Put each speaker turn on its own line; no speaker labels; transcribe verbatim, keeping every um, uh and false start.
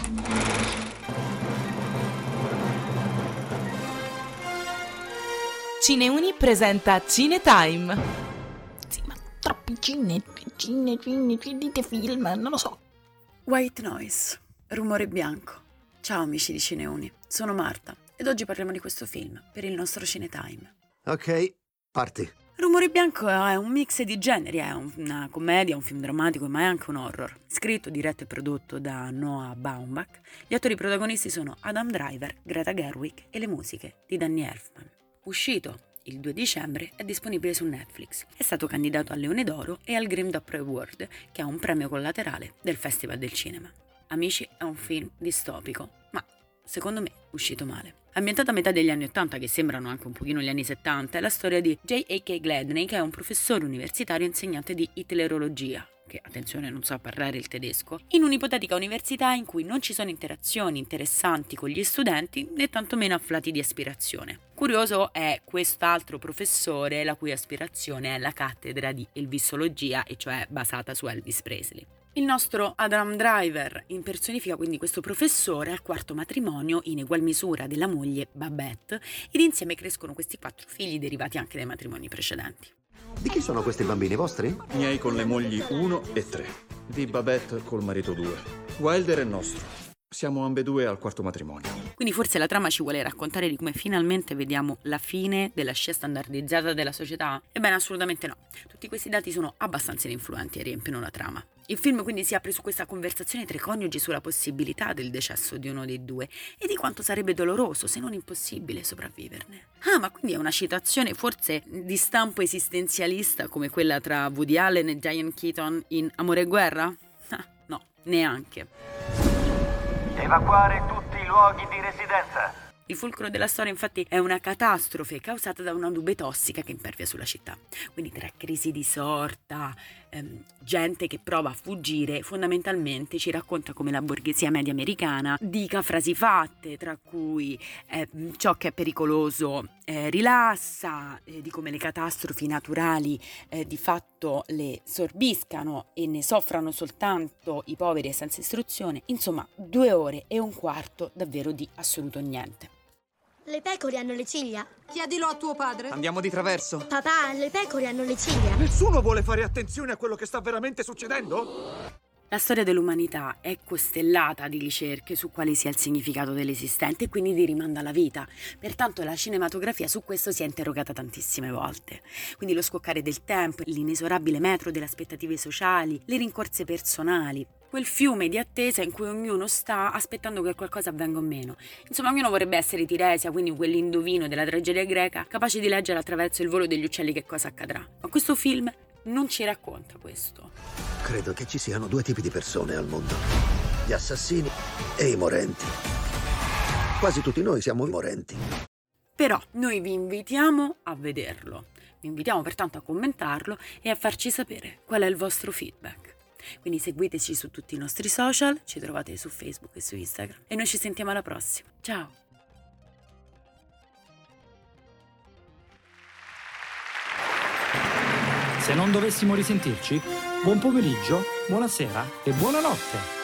Cineuni presenta Cinetime.
Sì, ma troppi cine, cine, cine, dite film, non lo so.
White Noise, rumore bianco. Ciao amici di Cineuni, sono Marta ed oggi parliamo di questo film per il nostro Cinetime.
Ok, parti.
Rumore bianco è un mix di generi, è una commedia, un film drammatico, ma è anche un horror. Scritto, diretto e prodotto da Noah Baumbach, gli attori protagonisti sono Adam Driver, Greta Gerwig e le musiche di Danny Elfman. Uscito il due dicembre, è disponibile su Netflix. È stato candidato al Leone d'Oro e al Grimm Doppler Award, che è un premio collaterale del Festival del Cinema. Amici, è un film distopico, ma secondo me uscito male. Ambientata a metà degli anni ottanta, che sembrano anche un pochino gli anni settanta, è la storia di J A K Gladney, che è un professore universitario insegnante di hitlerologia, che, attenzione, non sa parlare il tedesco, in un'ipotetica università in cui non ci sono interazioni interessanti con gli studenti né tantomeno afflati di aspirazione. Curioso è quest'altro professore la cui aspirazione è la cattedra di elvissologia, e cioè basata su Elvis Presley. Il nostro Adam Driver impersonifica quindi questo professore al quarto matrimonio in egual misura della moglie Babette, ed insieme crescono questi quattro figli derivati anche dai matrimoni precedenti.
Di chi sono questi bambini vostri?
Miei con le mogli uno e tre. Di Babette col marito due. Wilder è nostro. Siamo ambedue al quarto matrimonio.
Quindi forse la trama ci vuole raccontare di come finalmente vediamo la fine della scia standardizzata della società? Ebbene, assolutamente no. Tutti questi dati sono abbastanza ininfluenti e riempiono la trama. Il film quindi si apre su questa conversazione tra i coniugi sulla possibilità del decesso di uno dei due e di quanto sarebbe doloroso, se non impossibile, sopravviverne. Ah, ma quindi è una citazione forse di stampo esistenzialista come quella tra Woody Allen e Diane Keaton in Amore e Guerra? Ah, no, neanche.
Evacuare tutti i luoghi di residenza.
Il fulcro della storia infatti è una catastrofe causata da una nube tossica che impervia sulla città. Quindi tra crisi di sorta, ehm, gente che prova a fuggire, fondamentalmente ci racconta come la borghesia media americana dica frasi fatte, tra cui eh, ciò che è pericoloso eh, rilassa, eh, di come le catastrofi naturali eh, di fatto le sorbiscano e ne soffrano soltanto i poveri e senza istruzione. Insomma, due ore e un quarto davvero di assoluto niente.
Le pecore hanno le ciglia?
Chiedilo a tuo padre.
Andiamo di traverso.
Papà, le pecore hanno le ciglia?
Nessuno vuole fare attenzione a quello che sta veramente succedendo?
La storia dell'umanità è costellata di ricerche su quale sia il significato dell'esistente e quindi di rimando alla vita. Pertanto la cinematografia su questo si è interrogata tantissime volte. Quindi lo scoccare del tempo, l'inesorabile metro delle aspettative sociali, le rincorse personali, quel fiume di attesa in cui ognuno sta aspettando che qualcosa avvenga o meno. Insomma, ognuno vorrebbe essere Tiresia, quindi quell'indovino della tragedia greca, capace di leggere attraverso il volo degli uccelli che cosa accadrà. Ma questo film non ci racconta questo.
Credo che ci siano due tipi di persone al mondo: gli assassini e i morenti. Quasi tutti noi siamo morenti.
Però noi vi invitiamo a vederlo. Vi invitiamo pertanto a commentarlo e a farci sapere qual è il vostro feedback. Quindi seguiteci su tutti i nostri social, ci trovate su Facebook e su Instagram e noi ci sentiamo alla prossima. Ciao!
Se non dovessimo risentirci, buon pomeriggio, buonasera e buonanotte!